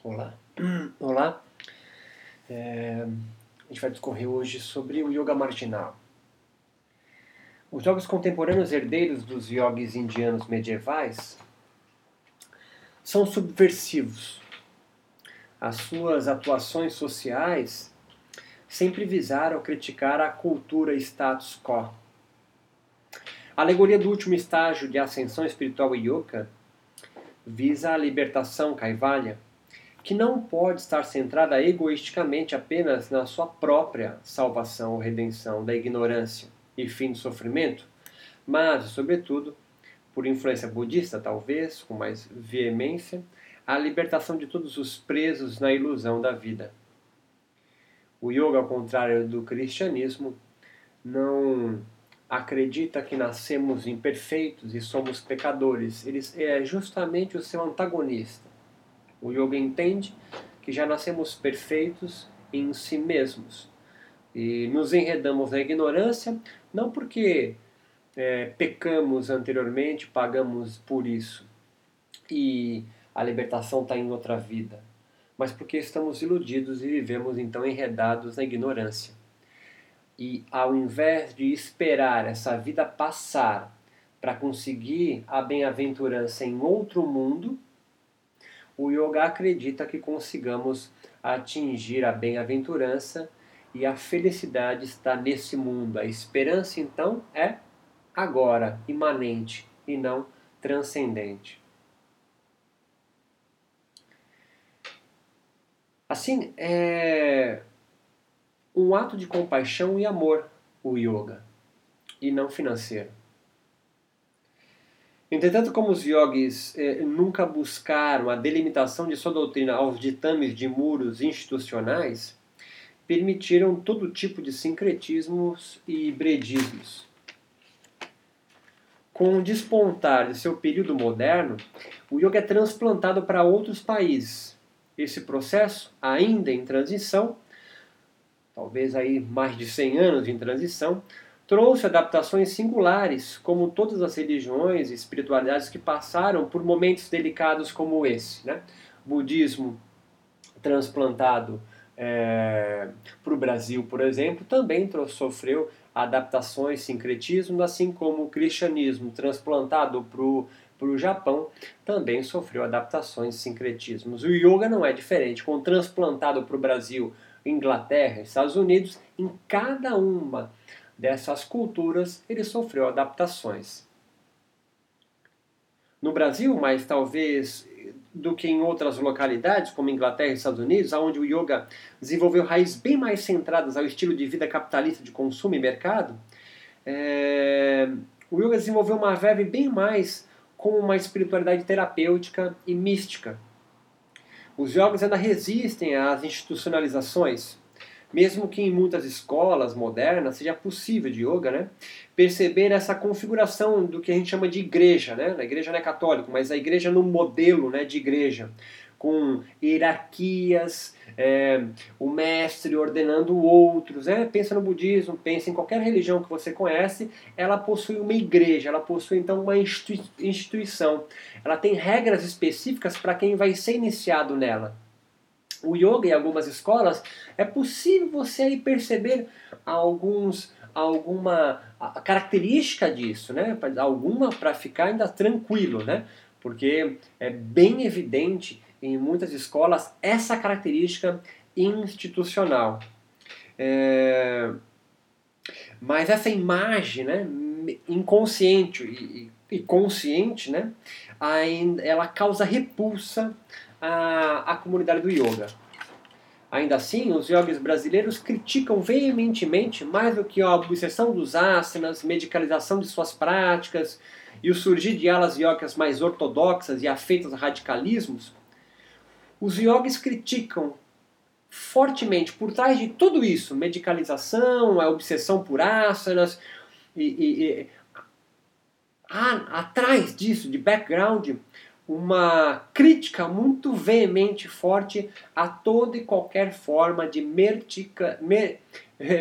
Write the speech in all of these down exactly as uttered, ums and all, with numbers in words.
Olá. Olá. É, a gente vai discorrer hoje sobre o yoga marginal. Os yogis contemporâneos herdeiros dos yogis indianos medievais são subversivos. As suas atuações sociais sempre visaram criticar a cultura status quo. A alegoria do último estágio de ascensão espiritual yoga visa a libertação kaivalya, que não pode estar centrada egoisticamente apenas na sua própria salvação ou redenção da ignorância e fim do sofrimento, mas, sobretudo, por influência budista, talvez, com mais veemência, a libertação de todos os presos na ilusão da vida. O yoga, ao contrário do cristianismo, não acredita que nascemos imperfeitos e somos pecadores. Ele é justamente o seu antagonista. O yoga entende que já nascemos perfeitos em si mesmos e nos enredamos na ignorância, não porque é, pecamos anteriormente, pagamos por isso e a libertação está em outra vida, mas porque estamos iludidos e vivemos então enredados na ignorância. E ao invés de esperar essa vida passar para conseguir a bem-aventurança em outro mundo, o yoga acredita que consigamos atingir a bem-aventurança e a felicidade está nesse mundo. A esperança, então, é agora, imanente e não transcendente. Assim, é um ato de compaixão e amor o yoga, e não financeiro. Entretanto, como os yogis eh, nunca buscaram a delimitação de sua doutrina aos ditames de muros institucionais, permitiram todo tipo de sincretismos e hibridismos. Com o despontar de seu período moderno, o yoga é transplantado para outros países. Esse processo, ainda em transição, talvez aí mais de cem anos em transição, trouxe adaptações singulares, como todas as religiões e espiritualidades que passaram por momentos delicados como esse. Né? Budismo transplantado é, para o Brasil, por exemplo, também sofreu adaptações, sincretismos, assim como o cristianismo transplantado para o Japão também sofreu adaptações, sincretismos. O yoga não é diferente, com transplantado para o Brasil, Inglaterra, Estados Unidos, em cada uma dessas culturas ele sofreu adaptações. No Brasil, mas talvez do que em outras localidades, como Inglaterra e Estados Unidos, onde o yoga desenvolveu raízes bem mais centradas ao estilo de vida capitalista de consumo e mercado, é... o yoga desenvolveu uma verve bem mais com uma espiritualidade terapêutica e mística. Os yogis ainda resistem às institucionalizações, mesmo que em muitas escolas modernas seja possível de yoga, né, perceber essa configuração do que a gente chama de igreja. Né? A igreja não é católica, mas a igreja no modelo, né, de igreja, com hierarquias, é, o mestre ordenando outros. Né? Pensa no budismo, pensa em qualquer religião que você conhece, ela possui uma igreja, ela possui então uma instituição. Ela tem regras específicas para quem vai ser iniciado nela. O yoga, em algumas escolas, é possível você aí perceber alguns, alguma característica disso, né? Alguma para ficar ainda tranquilo, né? Porque é bem evidente em muitas escolas essa característica institucional. É... Mas essa imagem, né, inconsciente e, e consciente, né, ainda, ela causa repulsa à, à comunidade do yoga. Ainda assim, os yogis brasileiros criticam veementemente, mais do que a obsessão dos asanas, medicalização de suas práticas e o surgir de alas yogas mais ortodoxas e afeitas a radicalismos, os yogis criticam fortemente, por trás de tudo isso, medicalização, a obsessão por asanas, e, e, e há atrás disso, de background, uma crítica muito veemente, forte a toda e qualquer forma de mertica, mer,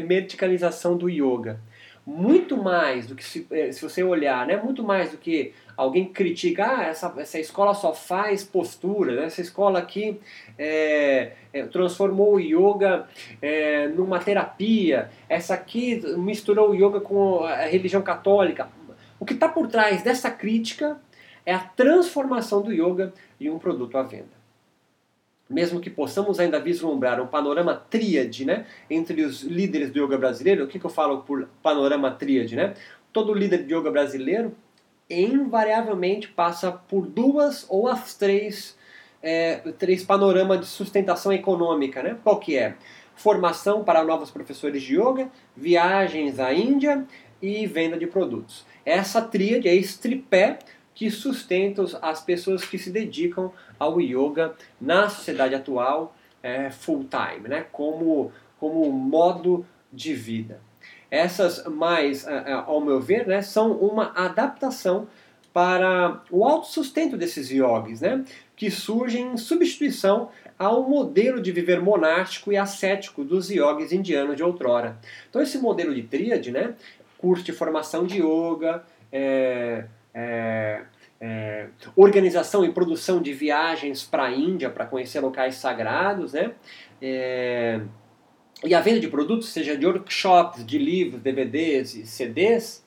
medicalização do yoga. Muito mais do que, se, se você olhar, né, muito mais do que alguém critica, ah, essa, essa escola só faz postura, né? Essa escola aqui é, é, transformou o yoga é, numa terapia, essa aqui misturou o yoga com a religião católica. O que está por trás dessa crítica é a transformação do yoga em um produto à venda. Mesmo que possamos ainda vislumbrar um panorama tríade, né, entre os líderes do yoga brasileiro, o que, que eu falo por panorama tríade? Né? Todo líder de yoga brasileiro invariavelmente passa por duas ou as três, é, três panoramas de sustentação econômica. Né? Qual que é? Formação para novos professores de yoga, viagens à Índia e venda de produtos. Essa tríade é esse tripé que sustenta as pessoas que se dedicam ao yoga na sociedade atual é, full time, né? como, como modo de vida. Essas mais, ao meu ver, né, são uma adaptação para o autossustento desses yogis, né, que surgem em substituição ao modelo de viver monástico e ascético dos yogis indianos de outrora. Então esse modelo de tríade, né, curso de formação de yoga, é, é, é, organização e produção de viagens para a Índia para conhecer locais sagrados, né, é, e a venda de produtos, seja de workshops, de livros, D V Ds e C Ds,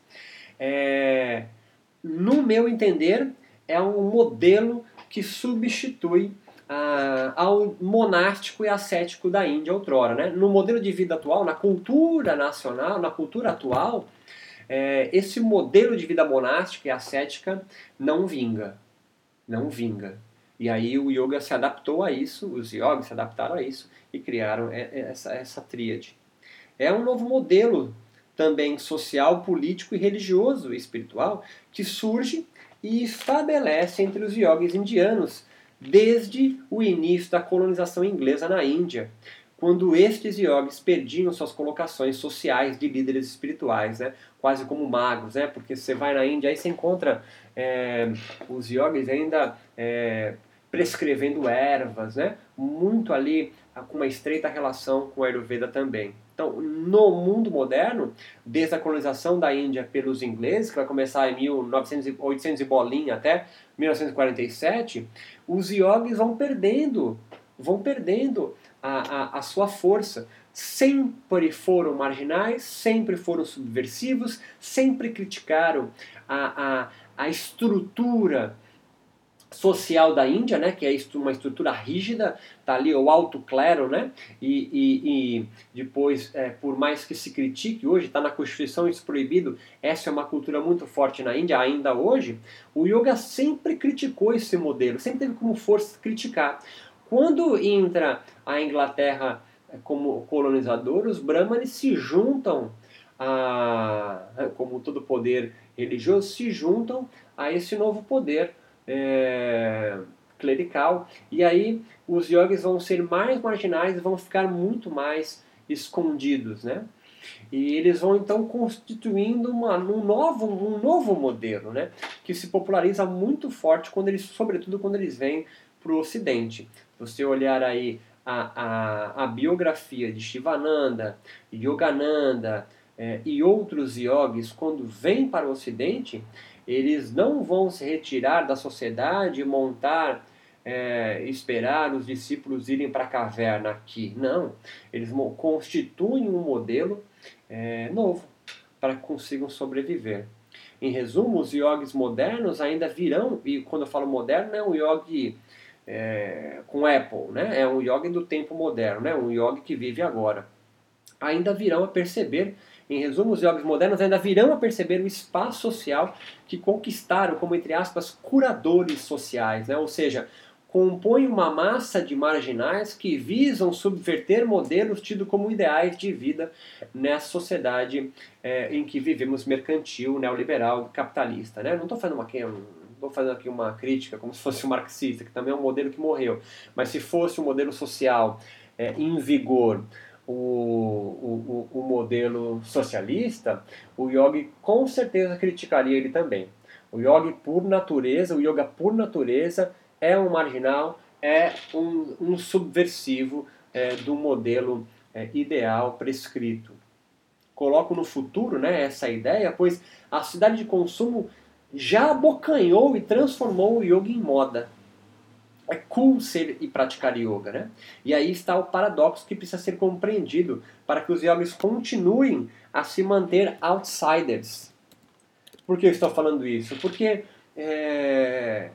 é, no meu entender, é um modelo que substitui ah, ao monástico e ascético da Índia outrora. Né? No modelo de vida atual, na cultura nacional, na cultura atual, é, esse modelo de vida monástica e ascética não vinga. Não vinga. E aí o yoga se adaptou a isso, os yogis se adaptaram a isso e criaram essa, essa tríade. É um novo modelo também social, político e religioso e espiritual que surge e estabelece entre os yogis indianos desde o início da colonização inglesa na Índia, quando estes yogis perdiam suas colocações sociais de líderes espirituais, né? Quase como magos, né? Porque você vai na Índia e você encontra é, os yogis ainda é, prescrevendo ervas, né? Muito ali com uma estreita relação com a Ayurveda também. Então, no mundo moderno, desde a colonização da Índia pelos ingleses, que vai começar em mil e oitocentos e bolinha até mil novecentos e quarenta e sete, os yogis vão perdendo, vão perdendo a, a, a sua força. Sempre foram marginais, sempre foram subversivos, sempre criticaram a, a, a estrutura social da Índia, né, que é uma estrutura rígida, tá ali o alto clero, né, e, e, e depois, é, por mais que se critique, hoje está na Constituição isso proibido, essa é uma cultura muito forte na Índia, ainda hoje, o yoga sempre criticou esse modelo, sempre teve como força criticar. Quando entra a Inglaterra como colonizador, os brahmanes se juntam, a, como todo poder religioso, se juntam a esse novo poder É, clerical, e aí os yogis vão ser mais marginais, vão ficar muito mais escondidos, né? E eles vão então constituindo uma, um, novo, um novo modelo, né? Que se populariza muito forte, quando eles, sobretudo quando eles vêm para o Ocidente. Se você olhar aí a, a, a biografia de Shivananda, Yogananda é, e outros yogis, quando vêm para o Ocidente, eles não vão se retirar da sociedade e montar, é, esperar os discípulos irem para a caverna aqui. Não, eles constituem um modelo é, novo para que consigam sobreviver. Em resumo, os yogis modernos ainda virão, e quando eu falo moderno, é um yogi é, com Apple, né? É um yogi do tempo moderno, né? Um yogi que vive agora. Ainda virão a perceber, em resumo, os yogis modernos ainda virão a perceber o espaço social que conquistaram como, entre aspas, curadores sociais, né? Ou seja, compõem uma massa de marginais que visam subverter modelos tidos como ideais de vida nessa sociedade é, em que vivemos mercantil, neoliberal, capitalista, né? Não estou fazendo uma, não fazendo aqui uma crítica como se fosse um marxista, que também é um modelo que morreu, mas se fosse um modelo social é, em vigor, O, o, o modelo socialista, o yogi com certeza criticaria ele também. O yogi por natureza, o yoga por natureza é um marginal, é um, um subversivo é, do modelo é, ideal prescrito. Coloco no futuro, né, essa ideia, pois a sociedade de consumo já abocanhou e transformou o yoga em moda. É cool ser e praticar yoga, né? E aí está o paradoxo que precisa ser compreendido para que os yogis continuem a se manter outsiders. Por que eu estou falando isso? Porque é,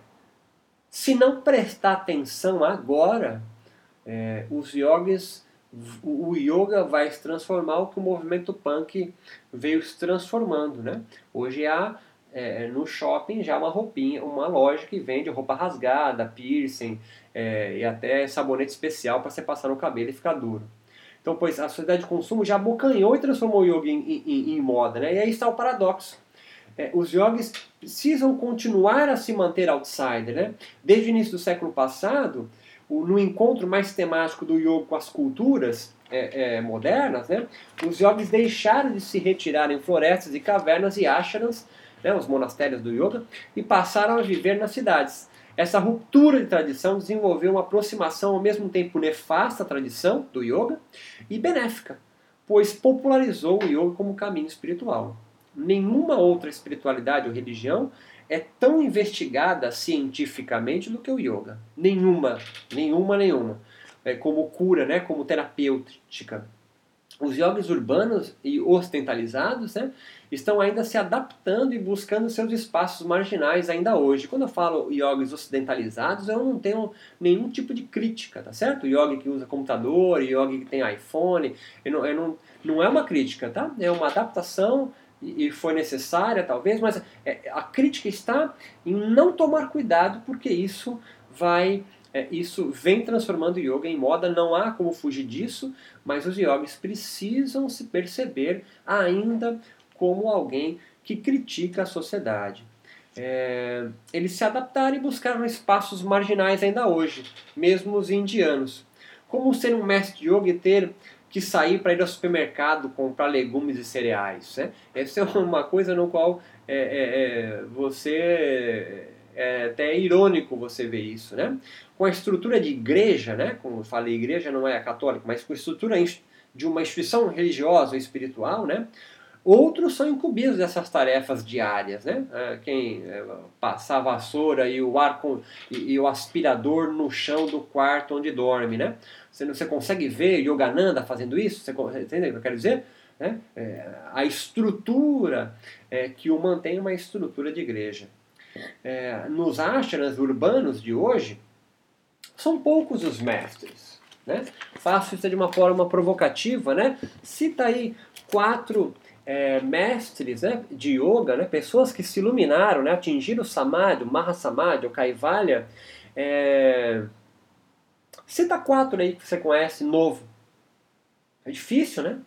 se não prestar atenção agora, é, os yogis, o yoga vai se transformar o que o movimento punk veio se transformando, né? Hoje há é, no shopping já uma roupinha, uma loja que vende roupa rasgada, piercing é, e até sabonete especial para você passar no cabelo e ficar duro. Então, pois a sociedade de consumo já abocanhou e transformou o yoga em, em, em moda, né? E aí está o paradoxo. É, os yogis precisam continuar a se manter outsider, né? Desde o início do século passado, o, no encontro mais temático do yoga com as culturas é, é, modernas, né? Os yogis deixaram de se retirar em florestas e cavernas e ashrams, né, os monastérios do yoga, e passaram a viver nas cidades. Essa ruptura de tradição desenvolveu uma aproximação ao mesmo tempo nefasta à tradição do yoga e benéfica, pois popularizou o yoga como caminho espiritual. Nenhuma outra espiritualidade ou religião é tão investigada cientificamente do que o yoga. Nenhuma, nenhuma, nenhuma. É como cura, né? Como terapêutica. Os yogis urbanos e ocidentalizados, né, estão ainda se adaptando e buscando seus espaços marginais ainda hoje. Quando eu falo yogis ocidentalizados, eu não tenho nenhum tipo de crítica, tá certo? Yogi que usa computador, yogi que tem iPhone, eu não, eu não, não é uma crítica, tá? É uma adaptação e foi necessária, talvez, mas a crítica está em não tomar cuidado, porque isso vai... É, isso vem transformando o yoga em moda, não há como fugir disso, mas os yogis precisam se perceber ainda como alguém que critica a sociedade. É, eles se adaptaram e buscaram espaços marginais ainda hoje, mesmo os indianos. Como ser um mestre de yoga e ter que sair para ir ao supermercado comprar legumes e cereais? Né? Essa é uma coisa no qual é, é, é, você... É até irônico você ver isso, né? Com a estrutura de igreja, né? Como eu falei, igreja não é a católica, mas com a estrutura de uma instituição religiosa ou espiritual, né? Outros são incumbidos dessas tarefas diárias, né? Quem passar a vassoura e o, ar com, e, e o aspirador no chão do quarto onde dorme, né? Você, você consegue ver Yogananda fazendo isso? Você entende o que eu quero dizer? Né? É, a estrutura é, que o mantém é uma estrutura de igreja. É, nos ashrams urbanos de hoje, são poucos os mestres. Né? Faço isso de uma forma provocativa. Né? Cita aí quatro é, mestres, né, de yoga, né, pessoas que se iluminaram, né, atingiram o samadhi, o mahasamadhi, o kaivalya. É... Cita quatro aí que você conhece, novo. É difícil, né?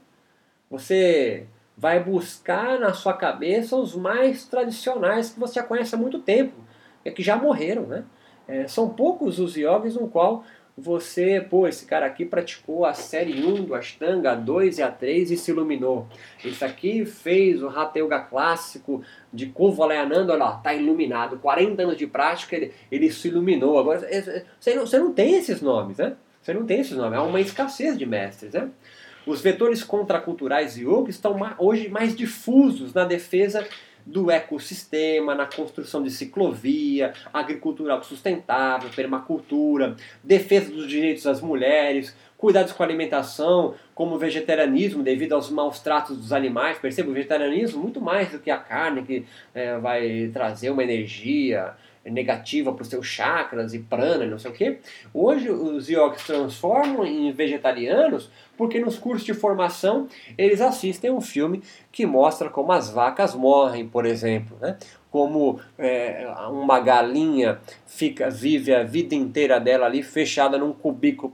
Você vai buscar na sua cabeça os mais tradicionais que você já conhece há muito tempo, que já morreram, né? É, são poucos os yogis no qual você, pô, esse cara aqui praticou a série um do Ashtanga, a dois e a três e se iluminou. Esse aqui fez o Hatha Yoga clássico de Kuvalayananda, olha lá, tá iluminado. quarenta anos de prática, ele, ele se iluminou. Agora, você não, você não tem esses nomes, né? Você não tem esses nomes, há uma escassez de mestres, né? Os vetores contraculturais e yoga estão hoje mais difusos na defesa do ecossistema, na construção de ciclovia, agricultura sustentável, permacultura, defesa dos direitos das mulheres, cuidados com a alimentação, como o vegetarianismo devido aos maus tratos dos animais. Perceba, o vegetarianismo muito mais do que a carne que é, vai trazer uma energia negativa para os seus chakras e prana e não sei o que. Hoje os yogis transformam em vegetarianos porque nos cursos de formação eles assistem um filme que mostra como as vacas morrem, por exemplo, né? Como é, uma galinha fica, vive a vida inteira dela ali fechada num cubículo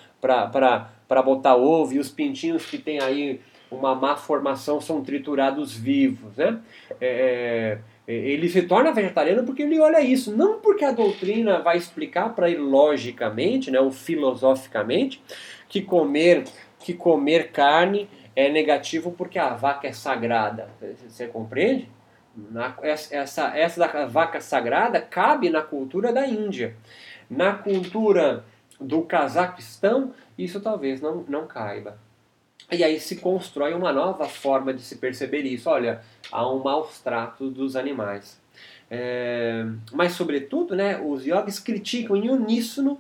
para botar ovo, e os pintinhos que tem aí uma má formação são triturados vivos, né? É, ele se torna vegetariano porque ele olha isso, não porque a doutrina vai explicar para ele logicamente, né, ou filosoficamente, que comer, que comer carne é negativo porque a vaca é sagrada. Você compreende? Na, essa, essa da vaca sagrada cabe na cultura da Índia. Na cultura do Cazaquistão, isso talvez não, não caiba. E aí se constrói uma nova forma de se perceber isso. Olha, há um maus trato dos animais. É, mas, sobretudo, né, os yogis criticam em uníssono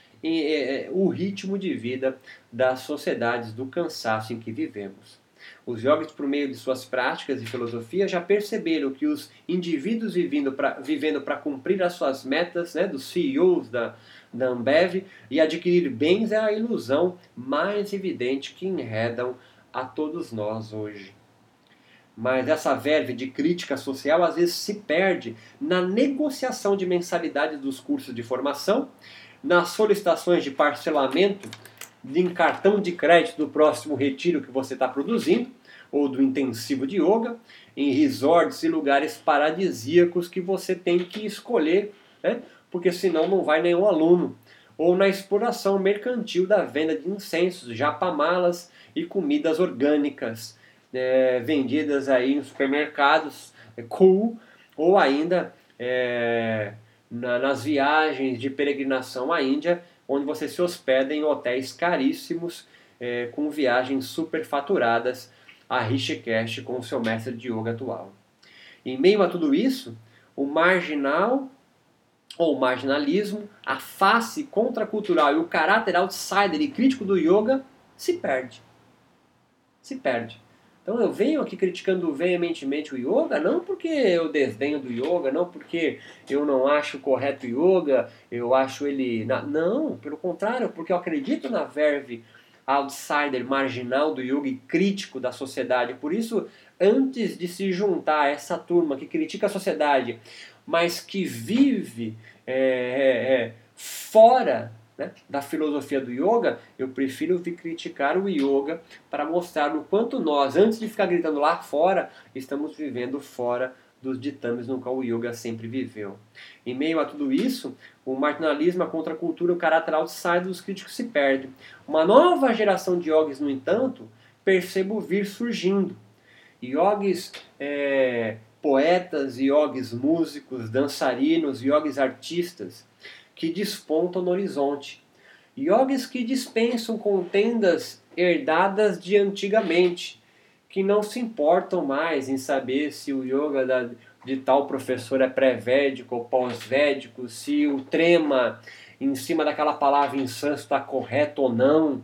é, o ritmo de vida das sociedades do cansaço em que vivemos. Os yogis, por meio de suas práticas e filosofia, já perceberam que os indivíduos vivendo para cumprir as suas metas, né, dos C E Os da, da Ambev, e adquirir bens é a ilusão mais evidente que enredam a todos nós hoje. Mas essa verve de crítica social às vezes se perde na negociação de mensalidades dos cursos de formação, nas solicitações de parcelamento em cartão de crédito do próximo retiro que você está produzindo, ou do intensivo de yoga, em resorts e lugares paradisíacos que você tem que escolher, né? Porque senão não vai nenhum aluno. Ou na exploração mercantil da venda de incensos, japamalas e comidas orgânicas, é, vendidas aí em supermercados é, cool, ou ainda é, na, nas viagens de peregrinação à Índia, onde você se hospeda em hotéis caríssimos, é, com viagens superfaturadas a Rishikesh com o seu mestre de yoga atual. Em meio a tudo isso, o marginal ou marginalismo, a face contracultural e o caráter outsider e crítico do yoga se perde. Se perde. Então eu venho aqui criticando veementemente o yoga, não porque eu desdenho do yoga, não porque eu não acho correto o yoga, eu acho ele... Não, pelo contrário, porque eu acredito na verve outsider, marginal do yoga e crítico da sociedade. Por isso, antes de se juntar a essa turma que critica a sociedade, mas que vive é, é, é, fora, né, da filosofia do yoga, eu prefiro vir criticar o yoga para mostrar o quanto nós, antes de ficar gritando lá fora, estamos vivendo fora dos ditames no qual o yoga sempre viveu. Em meio a tudo isso, o marginalismo, a contracultura, o caráter outsider dos críticos se perde. Uma nova geração de yogis, no entanto, percebo vir surgindo. Yogis é, poetas, yogis músicos, dançarinos, yogis artistas, que despontam no horizonte. Yogis que dispensam contendas herdadas de antigamente, que não se importam mais em saber se o yoga da, de tal professor é pré-védico ou pós-védico, se o trema em cima daquela palavra em sânscrito está correto ou não,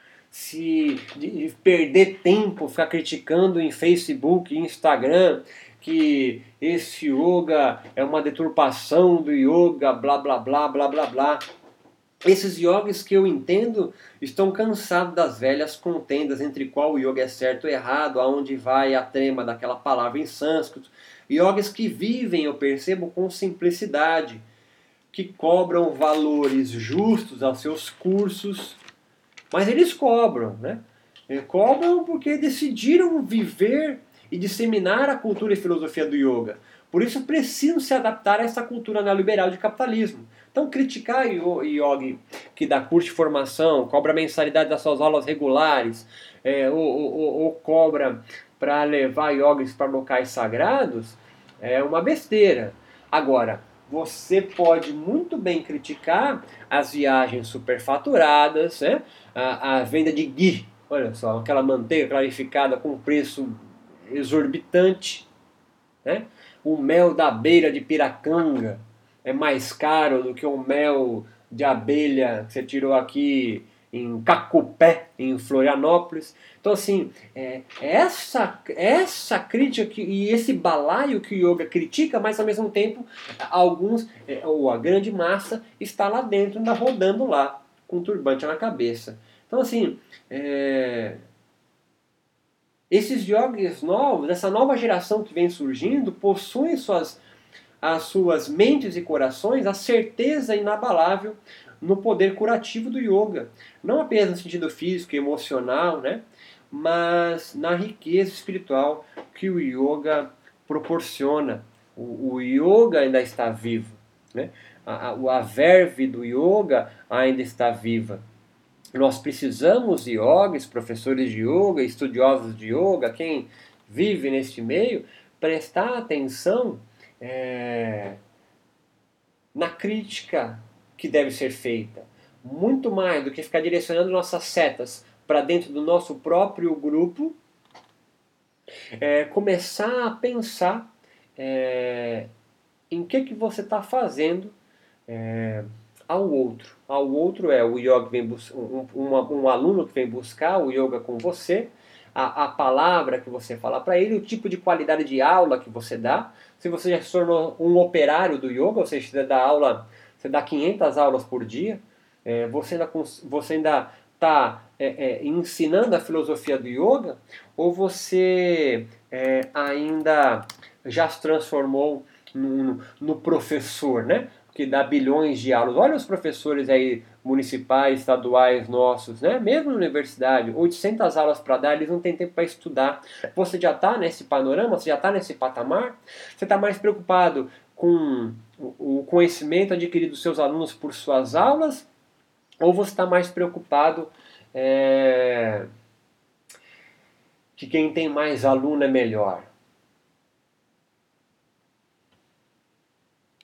se de perder tempo, ficar criticando em Facebook e Instagram que esse yoga é uma deturpação do yoga, blá blá blá blá blá blá. Esses yogis que eu entendo estão cansados das velhas contendas entre qual o yoga é certo ou errado, aonde vai a trema daquela palavra em sânscrito. Yogis que vivem, eu percebo, com simplicidade, que cobram valores justos aos seus cursos, mas eles cobram, né? Eles cobram porque decidiram viver e disseminar a cultura e filosofia do yoga. Por isso precisam se adaptar a essa cultura neoliberal de capitalismo. Então criticar o yogi que dá curso de formação, cobra mensalidade das suas aulas regulares, é, ou, ou, ou cobra para levar yogis para locais sagrados, é uma besteira. Agora, você pode muito bem criticar as viagens superfaturadas, né? a, a venda de ghee, olha só, aquela manteiga clarificada com preço exorbitante, né? O mel da beira de Piracanga é mais caro do que o mel de abelha que você tirou aqui em Cacupé, em Florianópolis. Então, assim, é, essa, essa crítica que, e esse balaio que o yoga critica, mas ao mesmo tempo, alguns, é, ou a grande massa, está lá dentro, ainda rodando lá, com um turbante na cabeça. Então, assim, é, esses yogis novos, essa nova geração que vem surgindo, possuem suas, as suas mentes e corações a certeza inabalável no poder curativo do yoga. Não apenas no sentido físico e emocional, né? Mas na riqueza espiritual que o yoga proporciona. O, o yoga ainda está vivo, né? A, a, a verve do yoga ainda está viva. Nós precisamos de yogis, professores de yoga, estudiosos de yoga, quem vive neste meio, prestar atenção é, na crítica que deve ser feita. Muito mais do que ficar direcionando nossas setas para dentro do nosso próprio grupo, é, começar a pensar é, em que, que você está fazendo é, ao outro. Ao outro é o yoga vem bus- um, um, um aluno que vem buscar o yoga com você, a, a palavra que você fala para ele, o tipo de qualidade de aula que você dá. Se você já se tornou um operário do yoga, ou seja, você dá aula, você dá quinhentas aulas por dia, é, você ainda você ainda está é, é, ensinando a filosofia do yoga, ou você é, ainda já se transformou no, no professor, né? Que dá bilhões de aulas. Olha os professores aí municipais, estaduais nossos, né? Mesmo na universidade, oitocentas aulas para dar, eles não têm tempo para estudar. Você já está nesse panorama? Você já está nesse patamar? Você está mais preocupado com o conhecimento adquirido dos seus alunos por suas aulas? Ou você está mais preocupado é, que quem tem mais aluno é melhor?